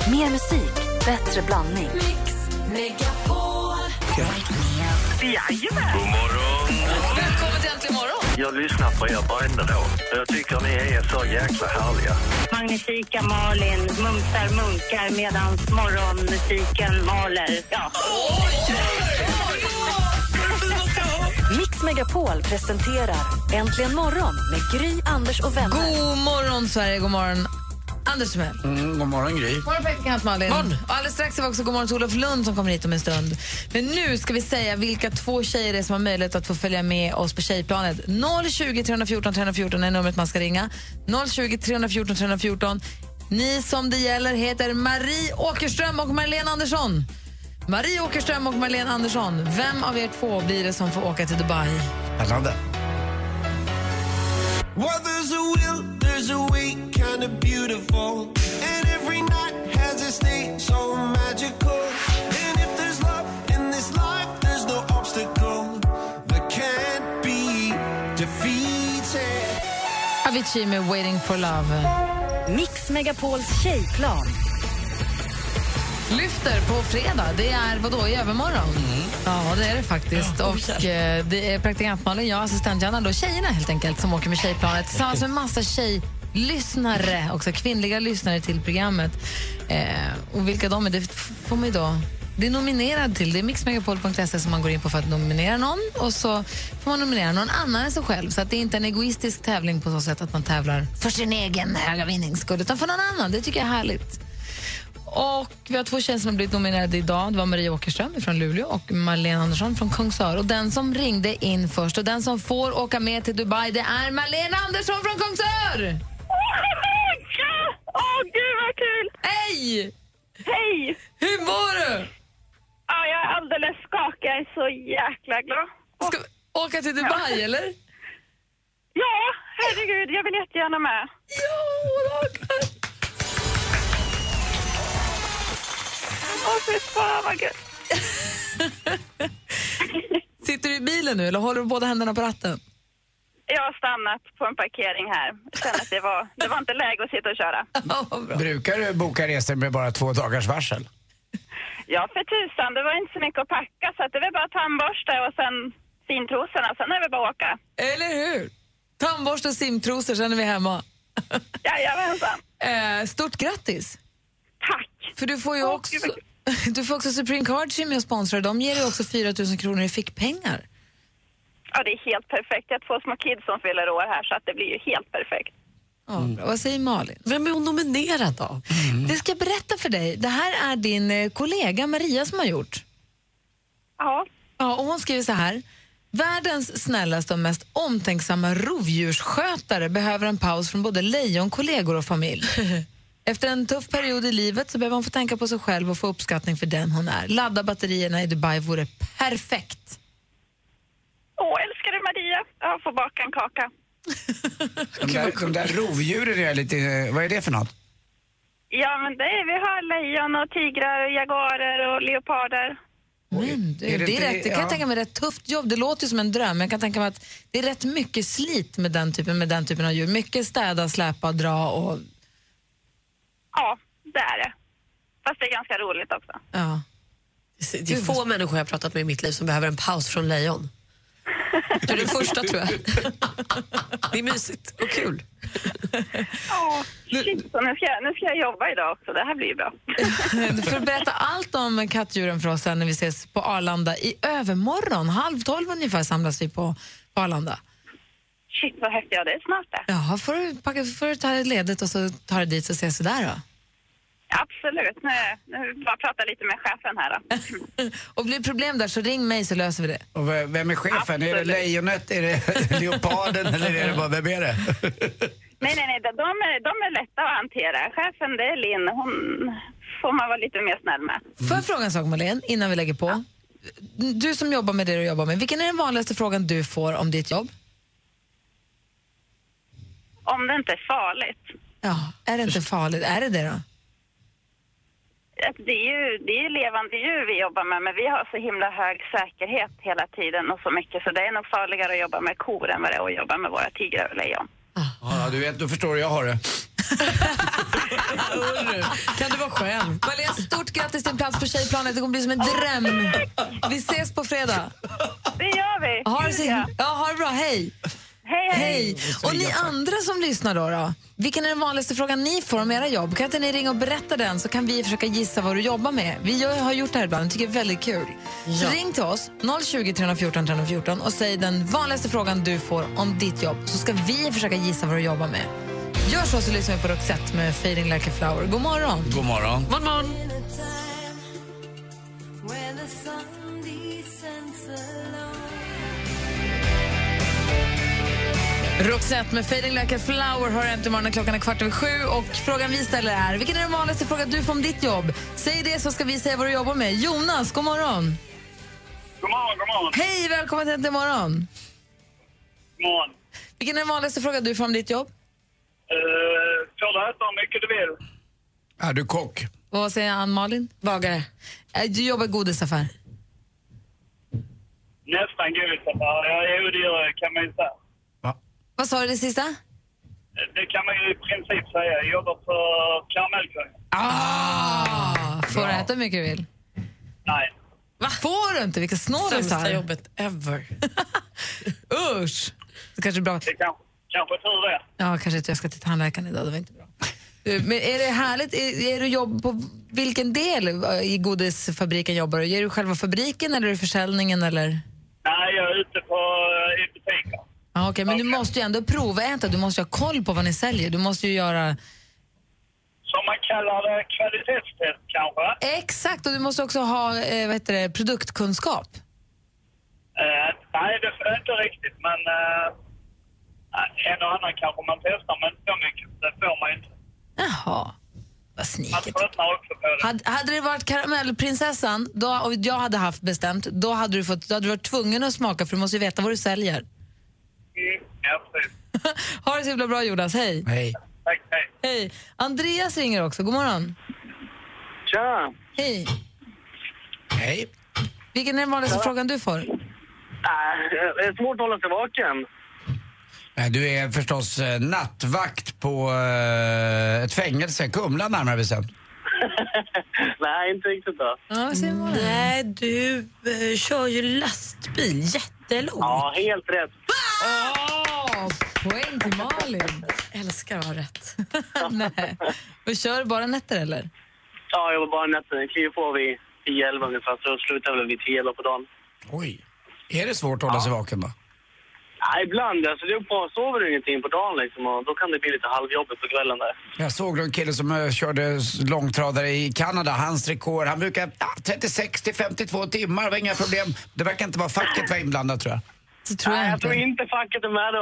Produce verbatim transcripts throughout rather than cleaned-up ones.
Mer musik, bättre blandning. Mix Megapol. Jajamän. God morgon. Välkommen till Äntligen morgon. Jag lyssnar på er varenda dag. Jag tycker ni är så jäkla härliga. Magnifika Malin mumsar munkar medan morgonmusiken maler. Ja. Mix Megapol presenterar Äntligen morgon med Gry, Anders och vänner. God morgon Sverige, god morgon Anders Timell. Mm, god morgon Gry. God morgon praktikant Malin. Och alldeles strax är vi också god morgon till Olof Lund som kommer hit om en stund. Men nu ska vi säga vilka två tjejer det är som har möjlighet att få följa med oss på tjejplanet. noll tjugo, tre fjorton, tre fjorton är numret man ska ringa. noll tjugo, tre fjorton, tre fjorton. Ni som det gäller heter Marie Åkerström och Marlene Andersson. Marie Åkerström och Marlene Andersson. Vem av er två blir det som får åka till Dubai? Spännande. Well, there's a will, there's a way, kind of beautiful. And every night has a state so magical. And if there's love in this life, there's no obstacle that can't be defeated. Avicii med Waiting for Love. Mix Megapols tjejplan. Lyfter på fredag, det är vad då i övermorgon? Mm. Ja, det är det faktiskt. Ja, och eh, det är praktikant Malin, jag assistent Janna, då tjejerna helt enkelt som åker med tjejplanet tillsammans med massa tjejlyssnare, också kvinnliga lyssnare till programmet. Eh, och vilka de är, det får man ju då det är nominerad till. Det är mixmegapol punkt se som man går in på för att nominera någon, och så får man nominera någon annan än sig själv, så att det är inte en egoistisk tävling på så sätt att man tävlar för sin egen höga vinningsskull, utan för någon annan. Det tycker jag är härligt. Och vi har två tjejer som har blivit nominerade idag. Det var Marie Åkerström från Luleå och Marlene Andersson från Kungsör. Och den som ringde in först och den som får åka med till Dubai, det är Marlene Andersson från Kungsör! Åh, oh, gud vad kul! Hej! Hej! Hur mår du? Ja, jag är alldeles skakig. Jag är så jäkla glad. Ska vi åka till Dubai, ja. Eller? Ja, herregud. Jag vill jättegärna med. Ja, åker. Åh, fy fan vad gud. Sitter du i bilen nu eller håller du båda händerna på ratten? Jag har stannat på en parkering här. Jag känner att det var, det var inte läge att sitta och köra. Oh, brukar du boka resor med bara två dagars varsel? Ja, för tusan. Det var inte så mycket att packa, så att det var bara tandborste och sen simtrosorna. Sen är det bara att åka. Eller hur? Tandborste och simtrosor, sen är vi hemma. Jajamensan. eh, Stort grattis. Tack. För du får ju oh, också, du får också Supreme Card som är sponsrar. De ger ju också fyra tusen kronor i fickpengar. Ja, det är helt perfekt. Jag har två små kids som fyller år här, så att det blir ju helt perfekt. Ja, bra. Vad säger Malin? Vem är hon nominerad då? Mm. Det ska jag berätta för dig. Det här är din kollega Maria som har gjort. Ja. Ja, och hon skriver så här. Världens snällaste och mest omtänksamma rovdjursskötare behöver en paus från både lejon, kollegor och familj. Efter en tuff period i livet så behöver hon få tänka på sig själv och få uppskattning för den hon är. Ladda batterierna i Dubai vore perfekt. Åh, älskar du Maria? Jag får baka en kaka. de, där, de där rovdjuren är lite... Vad är det för något? Ja, men det är, vi har lejon och tigrar och jaguarer och leoparder. Men, det, är det, det, är rätt, det kan jag tänka mig rätt tufft jobb. Det låter ju som en dröm, men jag kan tänka mig att det är rätt mycket slit med den typen, med den typen av djur. Mycket städa, släpa, dra och... Ja, det är det. Fast det är ganska roligt också. Ja. Det är få människor jag har pratat med i mitt liv som behöver en paus från lejon. Du är den första, tror jag. Det är mysigt och kul. Ja, shit. Så nu, ska jag, nu ska jag jobba idag också. Det här blir ju bra. Du får berätta allt om kattdjuren för oss sen när vi ses på Arlanda i övermorgon. Halv tolv ungefär samlas vi på, på Arlanda. Shit, vad häftigt. Ja, det är snart det. Ja, får du, packa, får du ta ledigt och så tar du dit så ses vi där då. Absolut. Nu, nu bara prata lite med chefen här då. Och blir det problem där så ring mig så löser vi det. Och vem är chefen? Absolut. Är det lejonet, är det leoparden eller är det bara, vem är det? Nej, nej, nej. De är, de är lätta att hantera. Chefen, det är Linn. Hon får man vara lite mer snäll med. Mm. Får jag fråga en sak, Malin, innan vi lägger på? Ja. Du som jobbar med det du jobbar med, vilken är den vanligaste frågan du får om ditt jobb? Om det inte är farligt. Ja, är det inte farligt? Är det det då? Det är ju det är levande djur vi jobbar med, men vi har så himla hög säkerhet hela tiden och så mycket, så det är nog farligare att jobba med kor än vad det är att jobba med våra tigrar och lejon. Ja, du vet, du förstår hur jag har det. Kan du vara själv? Malia, stort grattis till en plats på Tjejplanet. Det kommer bli som en dröm. Vi ses på fredag. Det gör vi. Ha det, så, ja, ha det bra, hej. Hej, hej. Hej. Och ni andra som lyssnar då, då, vilken är den vanligaste frågan ni får om era jobb? Kan inte ni ringa och berätta den så kan vi försöka gissa vad du jobbar med. Vi har gjort det här ibland, tycker det är väldigt kul. Ja. Så ring till oss, noll tjugo, tre fjorton, tre fjorton och säg den vanligaste frågan du får om ditt jobb så ska vi försöka gissa vad du jobbar med. Gör så så lyssnar vi på Roxette med Fading Like a Flower. God morgon. God morgon. God morgon. Roxette med Fading Like a Flower har äntligen morgonen, klockan är kvart över sju och frågan vi ställer är, vilken är den vanligaste frågan du får om ditt jobb? Säg det så ska vi säga vad du jobbar med. Jonas, god morgon. God morgon, god morgon. Hej, välkommen till Äntligen morgon. God morgon. Vilken är den vanligaste frågan du får om ditt jobb? Uh, får du äta hur mycket du vill? Är du kock? Vad säger Ann-Malin? Bagare. Du jobbar i godisaffär. Nästan godisaffär. Ja, jo, det gör jag, kan man ju säga. Vad sa du det sista? Det kan man ju i princip säga. Jag jobbar på karamellkungen. Ah, får du äta hur mycket du vill? Nej. Va? Får du inte? Vilka snålisar. Sämsta jobbet ever. Usch. Det kanske är bra. Det kan, kanske tur det. Ja, kanske inte jag ska till tandläkaren idag. Det var inte bra. Men är det härligt? Är, är du jobb på vilken del i godisfabriken jobbar du? Är du själva fabriken eller är du försäljningen eller? Nej, jag är ute på i butiken. Ah, okay, men okay. Du måste ju ändå prova äta. Du måste ju ha koll på vad ni säljer. Du måste ju göra... Som man kallar det kvalitetstest kanske. Exakt, och du måste också ha eh, vad heter det, produktkunskap. Uh, nej, det är inte riktigt, men uh, en och annan kanske man testar, men inte så mycket. Det får man inte. Jaha, vad sniket. Man tröttnar också på det. Hade, hade det varit karamellprinsessan då, och jag hade haft bestämt, då hade du, fått, då hade du varit tvungen att smaka för du måste ju veta vad du säljer. Mm, ja, precis. Ha det så himla bra, Jonas. Hej. Hej. Tack, hej. Hej. Andreas ringer också. God morgon. Tja. Hej. Hej. Vilken är den vanligaste frågan du får? Äh, det är svårt att hålla sig vaken. Du är förstås eh, nattvakt på eh, ett fängelse, Kumla närmare bestämt. Nej, inte riktigt då. Ja, vad säger man? Nej, du eh, kör ju lastbil jättelångt. Ja, helt rätt. Åh, poäng till Malin. Jag älskar att ha rätt. Nej. Och kör du bara nätter eller? Ja, jag var bara nätten. Jag kliver på vid tio elva ungefär, så slutar väl vid tio elva på dagen. Oj. Är det svårt att hålla sig vaken då? Ja, ibland. Alltså, det är på, sover du ingenting på dagen liksom, och då kan det bli lite halvjobbigt på kvällen där. Jag såg en kille som uh, körde långtradare i Kanada, hans rekord. Han brukar ja, trettiosex till femtiotvå timmar, det var inga problem. Det verkar inte vara facket var inblandat, tror jag. Så tror jag, Nej, jag inte. tror inte facket är med då.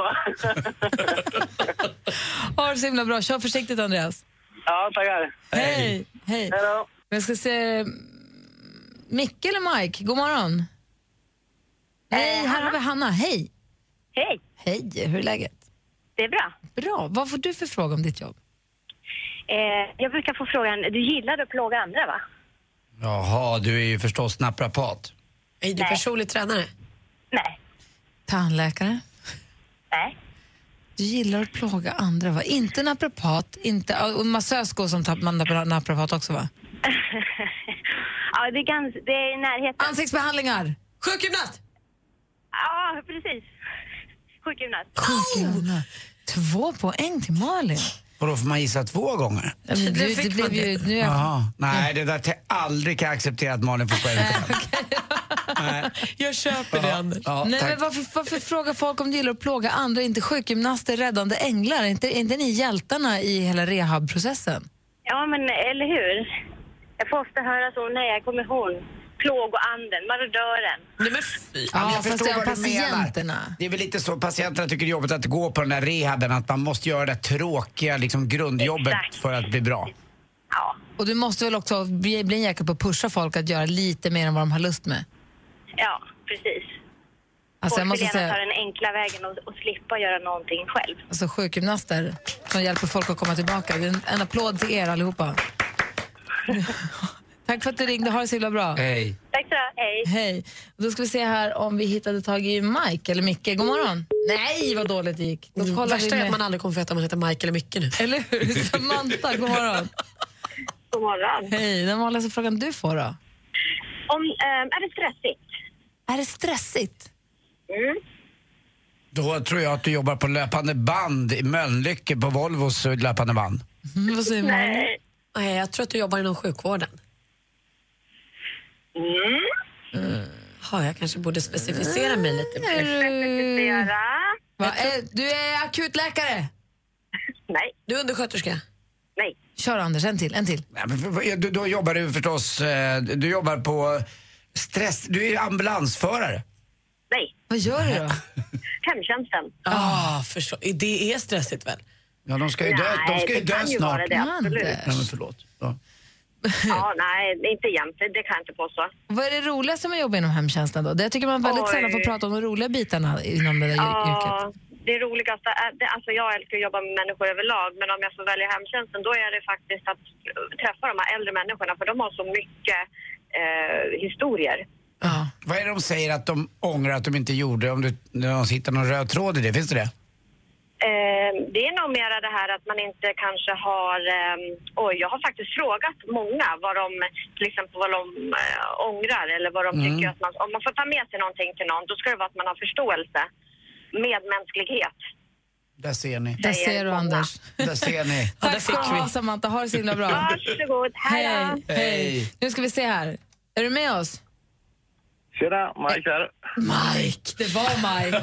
Ha det så himla bra. Kör försiktigt, Andreas. Ja, tackar. Hej. Hej. Hej då. Jag ska se... Micke eller Mike? God morgon. Nej, Eh, här har vi Hanna. Hej. Hej, Hej, hur är läget? det är bra. Bra. Vad får du för fråga om ditt jobb? Eh, jag brukar få frågan, du gillar att plåga andra va? Jaha, du är ju förstås naprapat. Är du personlig tränare? Nej. Tandläkare? Nej. Du gillar att plåga andra, va? Inte naprapat, inte... Och massös går som naprapat också, va? Ja, det är, ganska, det är i närheten. Ansiktsbehandlingar! Sjukgymnast! Ja, precis. Sjukgymnast. Sjukgymnast. Två poäng till Malin. Och då får man gissa två gånger. Ja, men du, det blev ju... Nu är jag... Jaha. Nej, det där te- aldrig kan jag acceptera att Malin får poäng för det. Jag köper det, Anders. Ja, Nej, tack. men varför, varför frågar folk om de gillar att plåga andra, inte sjukgymnaster, räddande änglar? Är inte, är inte ni hjältarna i hela rehabprocessen? Ja, men eller hur? Jag får ofta höra så, nej, jag kommer ihåg. Plågoanden, marodören. Nej, men fy. Ja, men Ja, jag fast förstår det är vad du patienterna. menar. Det är väl lite så, patienterna tycker det är jobbigt att gå på den där rehaben, att man måste göra det tråkiga liksom, grundjobbet Exakt. för att bli bra. Ja, Och du måste väl också bli, bli en jäkel på att pusha folk att göra lite mer än vad de har lust med? ja, precis. Alltså, jag Folk måste vill gärna ta säga, den enkla vägen och, och slippa göra någonting själv. alltså sjukgymnaster som hjälper folk att komma tillbaka. Det är en, en applåd till er allihopa. Tack för att du ringde, ha det så himla bra. Hej. Tack Tack så mycket. Hej. Hej. Då ska vi se här om vi hittade tag i Mike eller Micke. God morgon. Nej, vad dåligt det gick. Då Det kollar värsta vi är med... att man aldrig kommer få veta om man heter Mike eller Micke nu. Eller hur? Samantha, god morgon. God morgon. Hej, den vanligaste frågan du får då? Om, ähm, är det stressigt? Är det stressigt? Mm. Då tror jag att du jobbar på löpande band i Mölnlycke på Volvos löpande band. Mm, vad säger man? Nej. Nej, jag tror att du jobbar inom sjukvården. Mm. Mm. Ja, jag kanske borde specificera mig lite mer. Specificera. Va, är, du är akutläkare? Nej. Du är undersköterska? Nej. Kör Anders, en till, en till. Ja, men för- du, då jobbar du förstås, eh, du jobbar på stress, du är ambulansförare. Nej. Vad gör du då? Hemtjänsten. Ah, förstå. Det är stressigt väl? Ja, de ska ju dö, de ska ju det dö kan ju snart. vara det, absolut. Anders. Nej, men förlåt. Ja. Ja, nej, inte egentligen. Det kan jag inte påstå. Vad är det roligaste med att jobba inom hemtjänsten då? Det jag tycker man väldigt Oj. sällan får prata om de roliga bitarna inom det där Ja, yrket. det roligaste är, det, alltså jag älskar att jobba med människor överlag, men om jag får välja hemtjänsten då är det faktiskt att träffa de här äldre människorna, för de har så mycket eh, historier. Ja. Vad är det de säger att de ångrar att de inte gjorde, om det, när de hittar någon röd tråd i det? Finns det det? Eh, det är nog mera det här att man inte kanske har... Eh, oj, jag har faktiskt frågat många vad de, till exempel vad de eh, ångrar eller vad de Mm. tycker att man... Om man får ta med sig någonting till någon, då ska det vara att man har förståelse. Medmänsklighet. Där ser ni. Där säger ser du många. Anders. Där ser ni. Ja, Tack där ska du fick vi. ha Samantha, ha det så himla bra. Varsågod, hej Hej, då. hej. Nu ska vi se här. Är du med oss? Tjena, Mike här. Mike, det var Mike.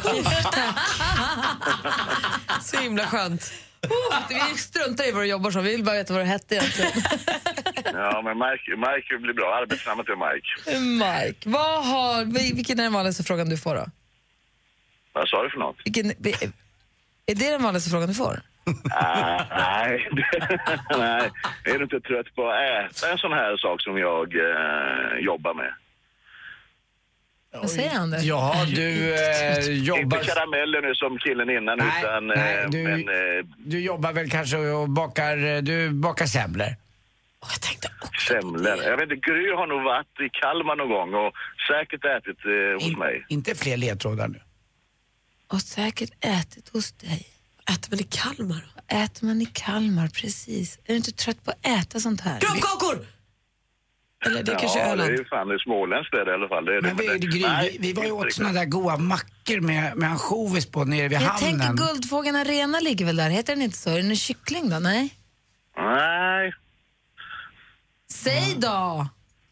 Så himla skönt. Vi struntar i vad du jobbar som, vi vill bara veta vad du hette egentligen. Ja, men Mike, Mike blir bra. Arbetsnamnet är Mike. Mike, vad har, vilken är den vanligaste frågan du får då? Vad sa du för något? Vilken, är det den vanligaste frågan du får? Ah, nej, nej. Är du inte trött på att äta en sån här sak som jag eh, jobbar med? Vad säger Anders? Ja, du eh, jobbar... Inte karameller nu som killen innan, Nej, utan... nej, eh, du- men, eh, Du jobbar väl kanske och bakar, du bakar semlor? Åh, jag tänkte också semlor. Jag vet inte, Gry har nog varit i Kalmar någon gång och säkert ätit eh, hos In, mig. inte fler ledtrådar nu. Och säkert ätit hos dig. äter man i Kalmar. Äter man i Kalmar, precis. Är du inte trött på att äta sånt här? Kroppkakor! Eller det är kanske Ja, det är Öland. ju fan det är småländskt är det i alla fall. Det är Men det, vi, det- Gry, nej, vi, vi var ju inte åt riktigt. såna där goda mackor med, med ansjovis på nere vid Jag hamnen. tänker Guldfågeln Arena ligger väl där, heter den inte så? Är den en kyckling då? Nej. Nej. Säg då!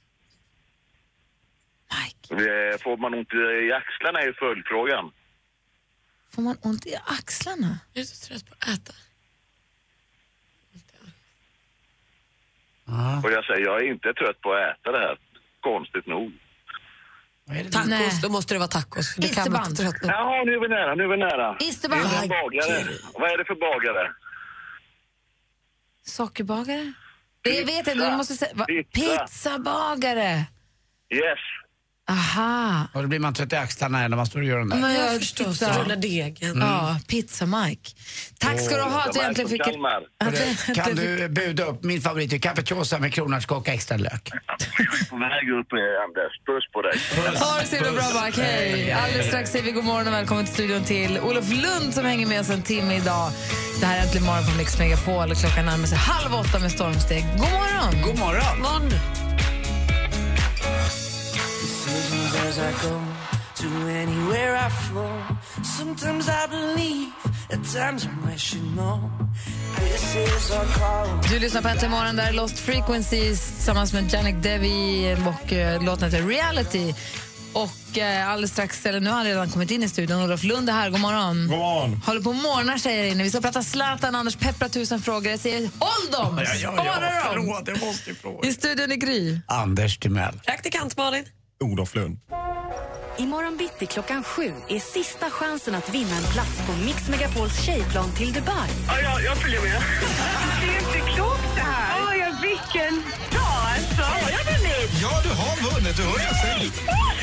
Mike, Eh, Får man ont i axlarna är ju följdfrågan. får man ont i axlarna? Jag är så trött på att äta. Ja, Och jag säger, jag är inte trött på att äta det här. Konstigt nog. vad är det? Tacos, Nej. då måste det vara tacos. Det kan man Isterband. inte tröttna på. Ja, nu är vi nära, nu är vi nära. Isterband. Det är en bagare. Vad är det för bagare? Sockerbagare? Det jag vet inte, du måste säga... Va? Pizza. Pizzabagare! Yes. Aha. Och då blir man trött i axlarna när man står och gör den där. Men Jag jag förstår, pizza. så rulla degen. Ja, pizza Mike. Tack ska du ha att du De är äntligen från fick... Kalmar. Att du Hörru, äntligen Kan fick- du buda upp min favorit är capricciosa med kronärtskocka och extra lök? På väg upp, eh, Anders. Puss på dig. Ha det så himla bra, Mark. Hej! Alldeles strax säger vi god morgon och välkommen till studion till Olof Lund som hänger med oss en timme idag. Det här är Äntligen morgon på Mix Megapol och klockan närmar sig halv åtta med stormsteg. God morgon! God morgon! Morgon. As I go to anywhere I flow, sometimes I believe, at times I wish you know. This is our call. Du lyssnar på Äntligen morgon, där är Lost Frequencies tillsammans med Janik Devi och uh, låten heter Reality. Och uh, alldeles strax, eller nu har han redan kommit in i studion, Olof Lund är här, god morgon. God morgon. Håller på morgnar säger jag inne. Vi ska prata Zlatan, Anders pepprar tusen frågor. Jag säger håll dem, spara dem. förlåt, jag måste fråga. I studion i Gry. Anders Timell. Praktikant Malin. Olof Lund. Imorgon bitti klockan sju är sista chansen att vinna en plats på Mix Megapols tjejplan till Dubai. Ja, jag, jag följer med. Det är inte klokt det här. Oj, vilken dag alltså. Har jag vunnit? Ja, du har vunnit. Du hör jag själv.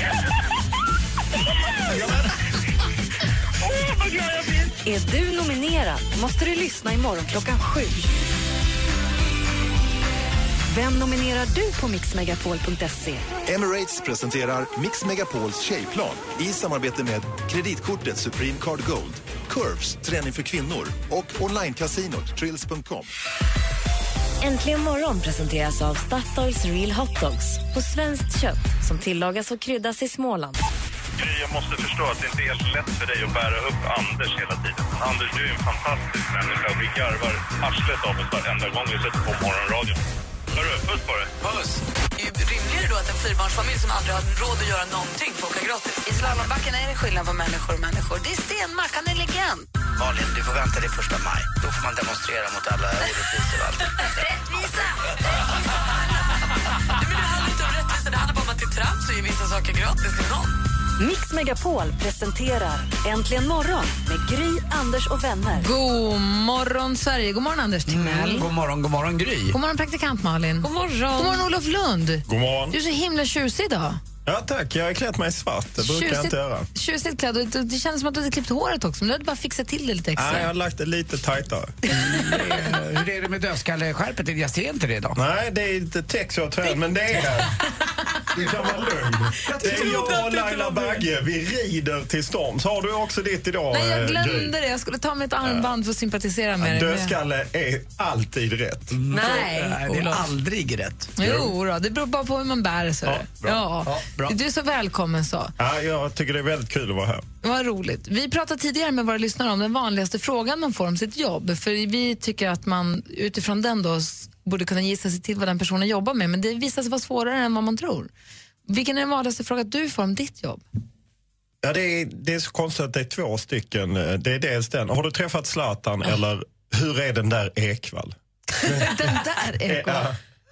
Åh, vad glad jag blir. Är du nominerad måste du lyssna imorgon klockan sju. Vem nominerar du på mix megapol punkt se? Emirates presenterar Mix Megapols tjejplan i samarbete med kreditkortet Supreme Card Gold, Curves, träning för kvinnor och online-casinot Trills punkt com. Äntligen morgon presenteras av Statoils Real Hot Dogs på svenskt kött som tillagas och kryddas i Småland. Jag måste förstå att det inte är helt lätt för dig att bära upp Anders hela tiden. Anders, du är en fantastisk människa. Vi garvar arslet av oss varenda gång vi sätter på morgonradion. Hörru, puss på dig. Puss! Rimligare då att en fyrbarnsfamilj som aldrig har råd att göra någonting får åka gratis? I slalombacken är det skillnad på människor och människor. Det är Stenmark, han är legend. Malin, du får vänta till första maj. Då får man demonstrera mot alla orättvisor och allt. Rättvisa! Nej, men det handlar inte om rättvisa, det handlar bara om att det är trams och ger vissa saker gratis till någon. Mix Megapol presenterar Äntligen morgon med Gry, Anders och vänner. God morgon Sverige, god morgon Anders Timell. Mm, god morgon, god morgon Gry. God morgon praktikant Malin. God morgon. God morgon Olof Lund. God morgon. Du är så himla tjusig idag. Ja tack, jag har klätt mig svart. Det brukar jag inte göra. Tjusigt klädd. Och det känns som att du hade klippt håret också. Men du hade bara fixat till det lite extra. Nej, jag har lagt det lite tajtare. Hur är det med dödskalleskärpet? Jag ser inte det idag. Nej, det är inte text jag tror, men det är det. Du kan vara lugn. Det är jag och Laila Bagge. Vi rider till storm. Så har du också ditt idag? Nej, jag glömde Gry. det. Jag skulle ta med ett armband för att sympatisera med dig. Dödskalle är alltid rätt. Nej, Nej, det är Olof. aldrig rätt. Jo då, det beror bara på hur man bär sig. Ja, bra. Ja. Ja, bra. Du är så välkommen så. Ja, jag tycker det är väldigt kul att vara här. Vad roligt. Vi pratade tidigare med våra lyssnare om den vanligaste frågan man får om sitt jobb. För vi tycker att man utifrån den då s- borde kunna gissa sig till vad den personen jobbar med. Men det visar sig vara svårare än vad man tror. Vilken är den vanligaste frågan du får om ditt jobb? Ja, det är, det är så konstigt att det är två stycken. Det är dels den. Har du träffat Zlatan eller hur är den där Ekvall? Den där är Ja.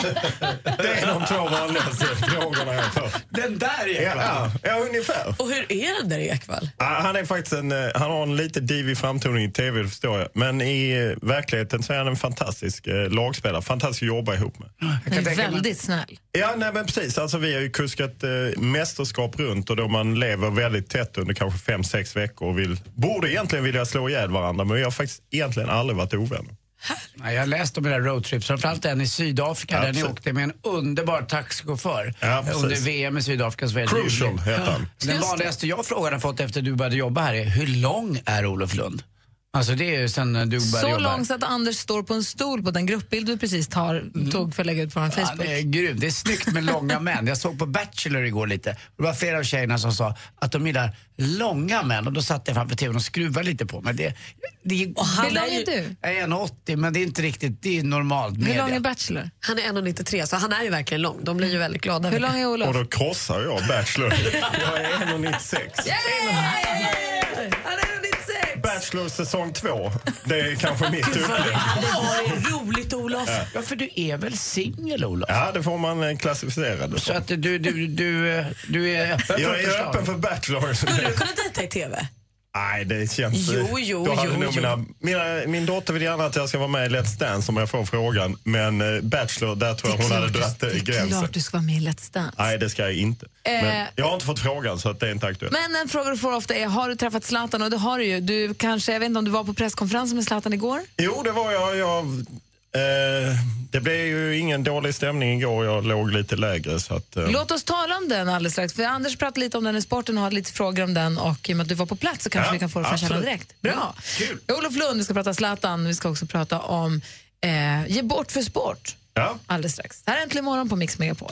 Det är de två vanligaste frågorna jag får. Den där är Ja, ja, ungefär. Och hur är den där Ekvall? Ja, han är faktiskt en, eh, han har en lite divig framtoning i tv, det förstår jag. Men i eh, verkligheten så är han en fantastisk eh, lagspelare. Fantastisk att jobba ihop med. Den är väldigt snäll. Ja, nej men precis. Alltså vi har ju kuskat eh, mästerskap runt och då man lever väldigt tätt under kanske fem, sex veckor och vill, borde egentligen vilja slå ihjäl varandra, men vi har faktiskt egentligen aldrig varit ovänner. Nej, jag har läst om det där roadtrips, framförallt en i Sydafrika Ja, där ni precis. åkte med en underbar taxichaufför Ja, precis. under V M i Sydafrika. Så väldigt Crucial ljuvligt. heter han. Den vanligaste jag frågan har fått efter du började jobba här är, hur lång är Olof Lund? Alltså det är ju sen du började Så jobba lång här. så att Anders står på en stol på den gruppbild du precis tar, tog för att lägga ut på vår Ja, Facebook. det är grymt. Det är snyggt med långa män. Jag såg på Bachelor igår lite. Det var flera av tjejerna som sa att de gillar långa män. Och då satt jag framför tvn och skruvade lite på. Men det, det, Hur lång är du? jag är en åttio, men det är inte riktigt, det är normalt. Hur lång är media. Bachelor? Han är en komma nittiotre, så han är ju verkligen lång. De blir ju väldigt glada. Hur lång är Och Olof? då krossar jag Bachelor. Jag är en komma nittiosex. Han är nittiosex! Bachelor säsong två. Det är kanske mitt upplägg. Det var roligt, Olof. Ja, för du är väl singel, Olof? Ja, det får man eh, klassificera det Så som. att du, du, du, du är öppen för Jag är förslag. öppen för Bachelor. Skulle du kunna dejta i tv? Nej, det känns... Jo, jo, då hade jo, nog jo. Mina, mina, min dotter vill gärna att jag ska vara med i Let's Dance om jag får frågan. Men eh, Bachelor, där tror jag hon hade dratt det eh, är gränsen. klart du ska vara med i Let's Dance. Nej, det ska jag inte. Men Eh. jag har inte fått frågan så att det är inte aktuellt. Men en fråga du får ofta är, har du träffat Zlatan? Och det har du ju. Du kanske, jag vet inte om du var på presskonferensen med Zlatan igår? Jo, det var jag. jag eh, det blev ju ingen dålig stämning igår. Jag låg lite lägre. Så att, eh. Låt oss tala om den alldeles strax. För Anders pratade lite om den i sporten och hade lite frågor om den. Och i och med att du var på plats så kanske Ja, vi kan få det från källan absolut. direkt. Bra. Kul. Olof Lund, vi ska prata Zlatan. Vi ska också prata om eh, Ge bort för sport. Ja. Alldeles strax. Här är Äntligen morgon på Mix Megapol.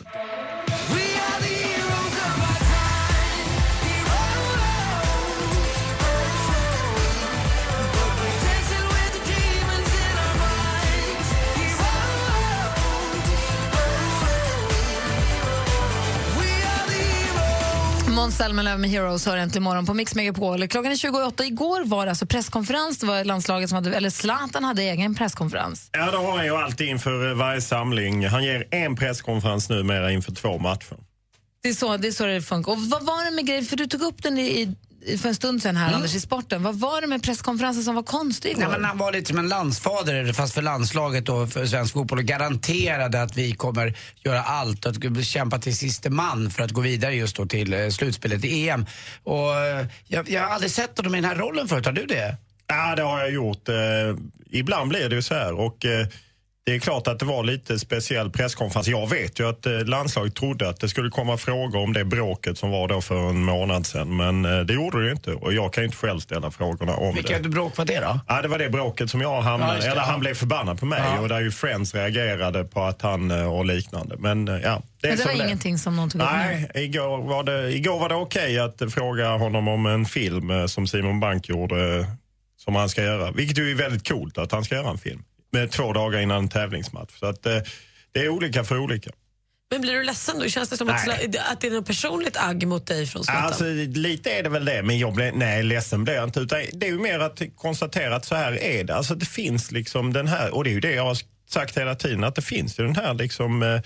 Måns Zelmerlöw med Heroes hör Äntligen morgon på Mix Megapol. Klockan är tjugoåtta. Igår var det alltså presskonferens. Det var landslaget som hade, eller Zlatan hade egen presskonferens. Ja, det har han ju alltid inför eh, varje samling. Han ger en presskonferens numera inför två matcher. Det är så det, är så det funkar. Och vad var det med grejer, för du tog upp den i, i, för en stund sedan här, Anders, i sporten. Vad var det med presskonferensen som var konstig igår? Nej, men han var lite som en landsfader fast för landslaget och för svensk fotboll och garanterade att vi kommer göra allt och att kämpa till sista man för att gå vidare just då till eh, slutspelet i E M. Och eh, jag, jag har aldrig sett honom i den här rollen förut, har du det? Ja, det har jag gjort. Eh, ibland blir det ju så här och... Eh, det är klart att det var lite speciell presskonferens. Jag vet ju att eh, landslaget trodde att det skulle komma frågor om det bråket som var då för en månad sedan. Men eh, det gjorde det ju inte. Och jag kan ju inte själv ställa frågorna om Vilka det. Vilket bråk var det då? Ja, det var det bråket som jag hamnade. Ja, eller han blev förbannad på mig. Ja. Och där ju Friends reagerade på att han och liknande. Men eh, ja, det, Men det var det. ingenting som någon tog upp. Nej, igår var det, igår var det okej att fråga honom om en film eh, som Simon Bank gjorde eh, som han ska göra. Vilket ju är väldigt coolt att han ska göra en film. Med två dagar innan en tävlingsmatch. Så att eh, det är olika för olika. Men blir du ledsen då? Känns det som att, att det är något personligt agg mot dig från Zlatan? Alltså lite är det väl det. Men jag blev, nej, ledsen blev jag inte. Utan det är ju mer att konstatera att så här är det. Alltså det finns liksom den här, och det är ju det jag har sagt hela tiden, att det finns ju den här liksom... Eh,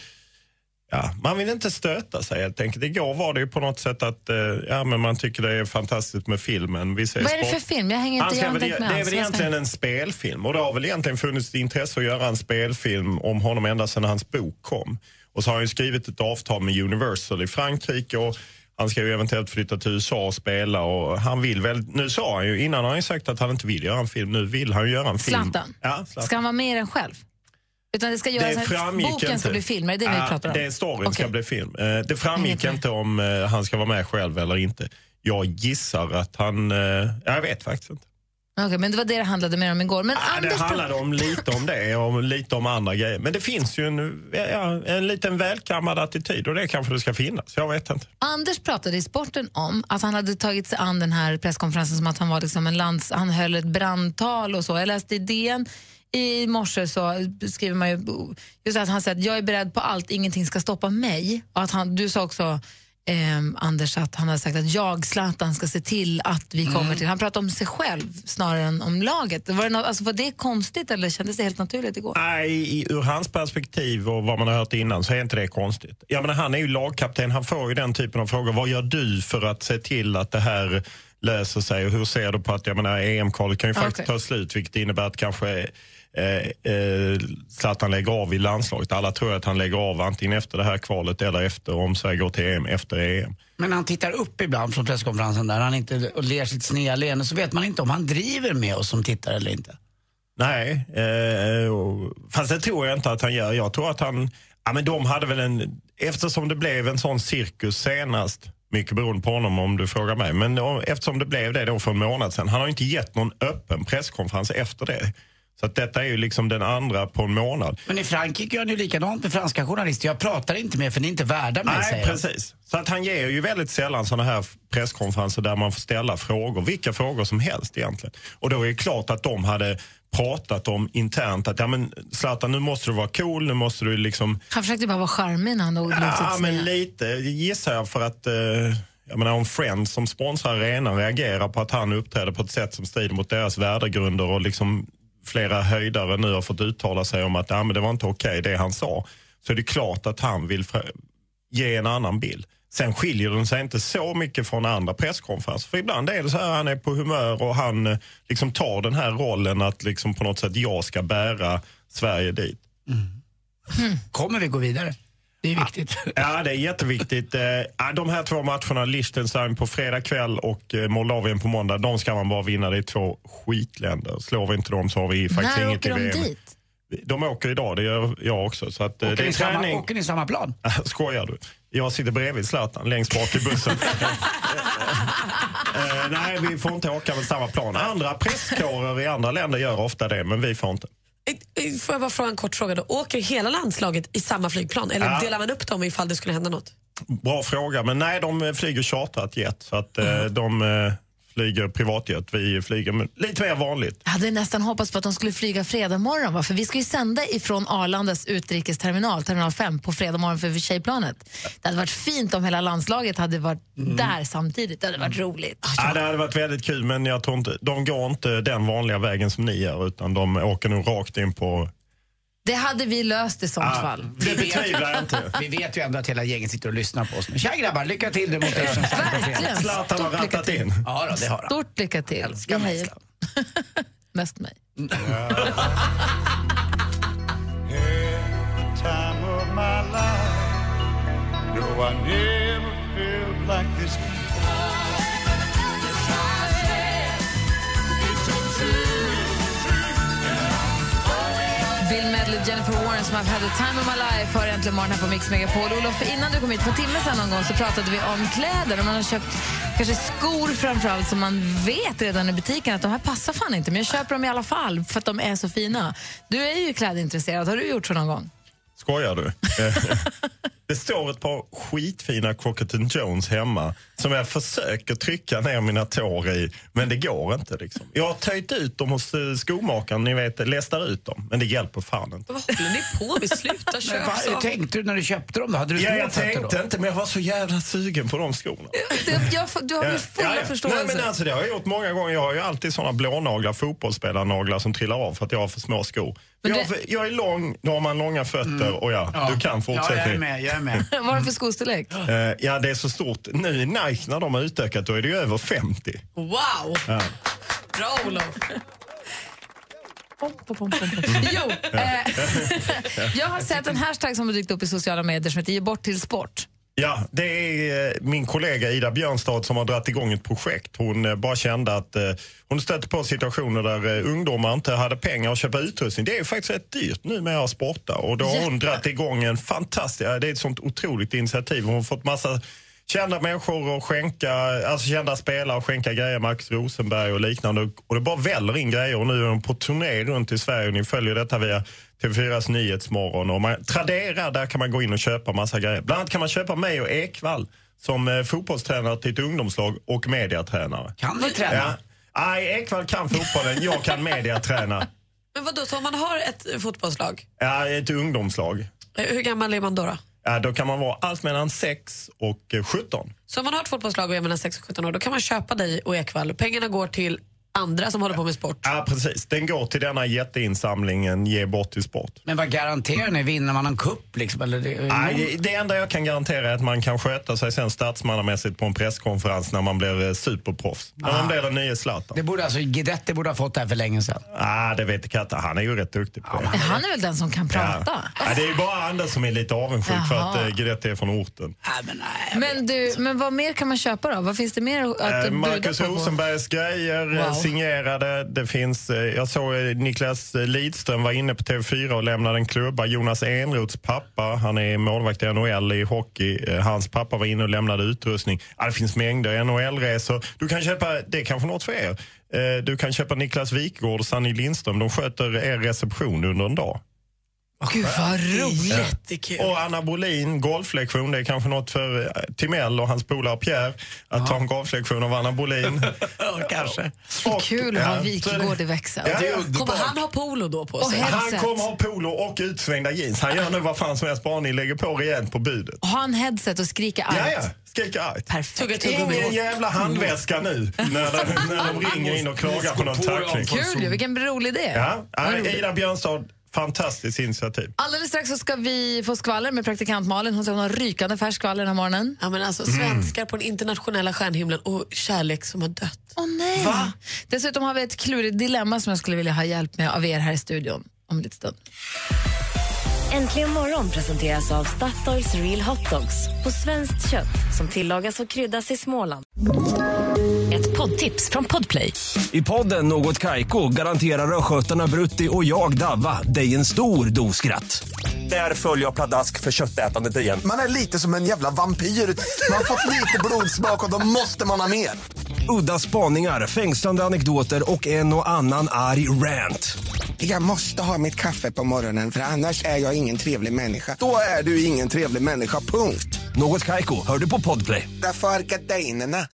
ja, man vill inte stöta sig helt enkelt. Igår var det ju på något sätt att eh, ja, men man tycker det är fantastiskt med filmen. Vi ser Vad är det sport. för film? Jag hänger inte, jag har väl, inte med det är alls. väl egentligen en spelfilm. Och det har väl egentligen funnits intresse att göra en spelfilm om honom ända sedan hans bok kom. Och så har han ju skrivit ett avtal med Universal i Frankrike och han ska ju eventuellt flytta till U S A och spela och han vill väl, nu sa han ju, innan har han ju sagt att han inte vill göra en film, nu vill han ju göra en film. Zlatan? Ja, Zlatan. Ska han vara med i den själv? Utan det ska göras det här, boken inte. ska bli film, är det det ja, vi pratar om? Det är storyn okay. ska bli film. Eh, det framgick inte om eh, han ska vara med själv eller inte. Jag gissar att han, eh, jag vet faktiskt inte. Okej, okay, men det var det det handlade mer om igår. Men ja, Anders det handlade om lite om det och lite om andra grejer. Men det finns ju en, ja, en liten välkammad attityd och det kanske det ska finnas. Jag vet inte. Anders pratade i Sporten om att han hade tagit sig an den här presskonferensen som att han var liksom en lands... Han höll ett brandtal och så. Jag läste i D N i morse så skriver man ju just att han säger att jag är beredd på allt, ingenting ska stoppa mig. Och att han, du sa också Eh, Anders att han har sagt att jag, Zlatan, ska se till att vi kommer mm. till. Han pratar om sig själv snarare än om laget. Var det, något, alltså, var det konstigt eller kändes det helt naturligt igår? Nej, ur hans perspektiv och vad man har hört innan så är inte det konstigt. Jag menar, han är ju lagkapten, han får ju den typen av frågor. Vad gör du för att se till att det här löser sig? Och hur ser du på att, jag menar, E M-kvalet kan ju faktiskt okay. ta slut, vilket innebär att kanske Eh, eh, Zlatan lägger av i landslaget. Alla tror att han lägger av antingen efter det här kvalet eller efter, om Sverige går till E M, efter E M. Men han tittar upp ibland från presskonferensen där han inte och ler sitt sneda leende, så vet man inte om han driver med oss som tittar eller inte. Nej, eh, fast det tror jag inte att han gör. Jag tror att han, ja men de hade väl en, eftersom det blev en sån cirkus senast, mycket beroende på honom om du frågar mig, men då, eftersom det blev det då för en månad sedan, han har inte gett någon öppen presskonferens efter det. Så att detta är ju liksom den andra på en månad. Men i Frankrike gör ni ju likadant med franska journalister. Jag pratar inte med för ni är inte värda mig, Nej, säger precis. Så att han ger ju väldigt sällan såna här presskonferenser där man får ställa frågor. Vilka frågor som helst egentligen. Och då är det klart att de hade pratat om internt att ja men Zlatan, nu måste du vara cool, nu måste du liksom... Han försökte bara vara charmig när han nog Ja, men lite gissar jag för att... Eh, jag menar om Friends som sponsrar arenan reagerar på att han uppträder på ett sätt som strider mot deras värdegrunder och liksom... flera höjdare nu har fått uttala sig om att ja, men det var inte okej det han sa. Så är det klart att han vill ge en annan bild. Sen skiljer den sig inte så mycket från andra presskonferenser. För ibland är det så här, han är på humör och han liksom tar den här rollen att liksom på något sätt jag ska bära Sverige dit. Mm. Mm. Kommer vi gå vidare? Det är viktigt. Ja, det är jätteviktigt. De här två matcherna, Liechtenstein på fredag kväll och Moldavien på måndag, de ska man bara vinna. Det är två skitländer. Slår vi inte dem så har vi faktiskt inget i V M. När åker de dit? De åker idag, det gör jag också. Så att, åker, det är ni träning. samma, åker ni samma plan? Skojar du? Jag sitter bredvid Zlatan, längst bak i bussen. uh, nej, vi får inte åka med samma plan. Andra presskårer i andra länder gör ofta det, men vi får inte. Får jag bara fråga en kort fråga då? Åker hela landslaget i samma flygplan? Eller ja. delar man upp dem ifall det skulle hända något? Bra fråga, men nej, de flyger chartrat jet. Så att mm. de eh, flyger privatjet. Vi flyger lite mer vanligt. Jag hade nästan hoppats på att de skulle flyga fredag morgon. Va? För vi ska ju sända ifrån Arlandas utrikesterminal, terminal fem, på fredag morgon för tjejplanet. Det hade varit fint om hela landslaget hade varit mm. där samtidigt. Det hade varit roligt. Ja, det hade varit väldigt kul, men jag tror inte, de går inte den vanliga vägen som ni gör, utan de åker nog rakt in på... Det hade vi löst i sånt ah, fall. Det betvivlar jag inte. Vi vet ju ändå att hela gänget sitter och lyssnar på oss. Men tja grabbar, lycka till det mot er som verkligen. Zlatan har rattat in. Ja, då, det har han. Stort lycka till. Älskar mig. Mest mig. Bill Medley, Jennifer Warren som har had the time of my life för äntligen morgon här på Mix Megapol. Olof, innan du kom hit för timme sedan någon gång så pratade vi om kläder. Och man har köpt kanske skor framförallt som man vet redan i butiken att de här passar fan inte. Men jag köper dem i alla fall för att de är så fina. Du är ju klädintresserad. Har du gjort så någon gång? Skojar du? Det står ett par skitfina Crockett and Jones hemma som jag försöker trycka ner mina tår i, men det går inte liksom. Jag har töjt ut dem hos skomakaren, ni vet, lästar ut dem, men det hjälper fan inte. Vad håller ni på med? Sluta köpa. Vad tänkte du när du köpte dem då? Hade du ja, små jag fötter tänkte då? inte, men jag var så jävla sugen på de skorna. Det, jag, du har väl fulla ja, ja. förståelse? Nej, men alltså, det har jag gjort många gånger. Jag har ju alltid såna blånaglar, fotbollsspelarnaglar som trillar av för att jag har för små skor. Men jag, det... har, jag är lång, då har man långa fötter mm. och ja, ja, du kan fortsätta. Ja, jag är med, jag är med. Vad är det för skostorlek? Uh, ja, det är så stort. Nu i Nike när de har utökat, då är det ju över femtio. Wow! Ja. Bra, Olof. Pom, pom, pom, pom. Jo, eh, jag har sett en hashtag som har dykt upp i sociala medier som heter Ge bort till sport. Ja, det är eh, min kollega Ida Björnstad som har dragit igång ett projekt. Hon eh, bara kände att eh, hon stötte på situationer där eh, ungdomar inte hade pengar att köpa utrustning. Det är ju faktiskt rätt dyrt nu med att sporta. Och då har hon dragit igång en fantastisk, det är ett sånt otroligt initiativ. Hon har fått massa kända människor och skänka, alltså kända spelare och skänka grejer, Max Rosenberg och liknande. Och det bara väller in grejer och nu är de på turné runt i Sverige och ni följer detta via T V fyras Nyhetsmorgon. Och man, Tradera, där kan man gå in och köpa massa grejer. Bland annat kan man köpa mig och Ekvall som eh, fotbollstränare till ett ungdomslag och mediatränare. Kan ni träna? Ja. Nej, Ekvall kan fotbollen, jag kan mediaträna. Men vadå, så om man har ett fotbollslag? Ja, ett ungdomslag. Hur gammal är man då då? Ja, då kan man vara allt mellan sex och sjutton. Så om man har ett fotbollslag och är mellan sex och sjutton år, då kan man köpa dig och Ekvall. Pengarna går till andra som håller på med sport. Ja, precis. Den går till denna jätteinsamlingen Ge bort till sport. Men vad garanterar ni? Vinner man en kupp liksom? Eller det, Nej, det enda jag kan garantera är att man kan sköta sig sen statsmannamässigt på en presskonferens när man blir superproffs. När man blir den nya Zlatan. Det borde alltså, Guidetti borde ha fått det här för länge sedan. Ah, det vet jag inte. Han är ju rätt duktig på det. Ja, han är väl den som kan prata? Ja. Ja, det är ju bara Anders som är lite avundsjuk för att uh, Guidetti är från orten. Ja, men nej, men, du, men vad mer kan man köpa då? Vad finns det mer att uh, Marcus Rosenbergs grejer, wow. signerade. Det finns, jag såg Niklas Lidström var inne på T V fyra och lämnade en klubba. Jonas Enroths pappa, han är målvakt i N H L i hockey. Hans pappa var inne och lämnade utrustning. Ja, det finns mängder N H L-resor. Du kan köpa, det är kanske något för er. Du kan köpa Niklas Wikgård och Sanny Lindström. De sköter er reception under en dag. Gud vad roligt. Jättekul. Och Anna Bolin, golflektion, det är kanske något för Timell och hans polare Pierre att ja. ta en golflektion av Anna Bolin. Ja, kanske. Och, kul att ja, ha Wikegård i växeln. Ja, kommer han ha polo då på sig? Han kommer ha polo och utsvängda jeans. Han gör nu vad fan som helst, bara ni lägger på rejält på budet. Och ha en headset och skrika argt. Ja, ja. Skrika argt. Perfekt. Ingen jävla handväska nu när de, när de ringer in och klagar på någon tackling. Kul ju, vilken rolig idé. Ja, Ida Björnstad, fantastiskt initiativ. Alldeles strax så ska vi få skvaller med praktikant Malin. Hon ska ha rykande färsk skvaller den här morgonen. Ja, men alltså svenskar mm. på den internationella stjärnhimlen och kärlek som har dött. Åh oh, nej. Va? Dessutom har vi ett klurigt dilemma som jag skulle vilja ha hjälp med av er här i studion om lite stund. Äntligen morgon presenteras av Statoils Real Hot Dogs på svenskt kött som tillagas och kryddas i Småland. Ett poddtips från Podplay. I podden Något Kaiko garanterar röskötarna Brutti och jag Davva dig en stor doskratt. Där följer jag pladask för köttätandet igen. Man är lite som en jävla vampyr. Man har fått lite blodsmak och då måste man ha mer. Udda spaningar, fängslande anekdoter och en och annan arg rant. Jag måste ha mitt kaffe på morgonen för annars är jag ingen trevlig människa. Då är du ingen trevlig människa, punkt. Något Kaiko, hör du på Podplay. Därför är gardinerna.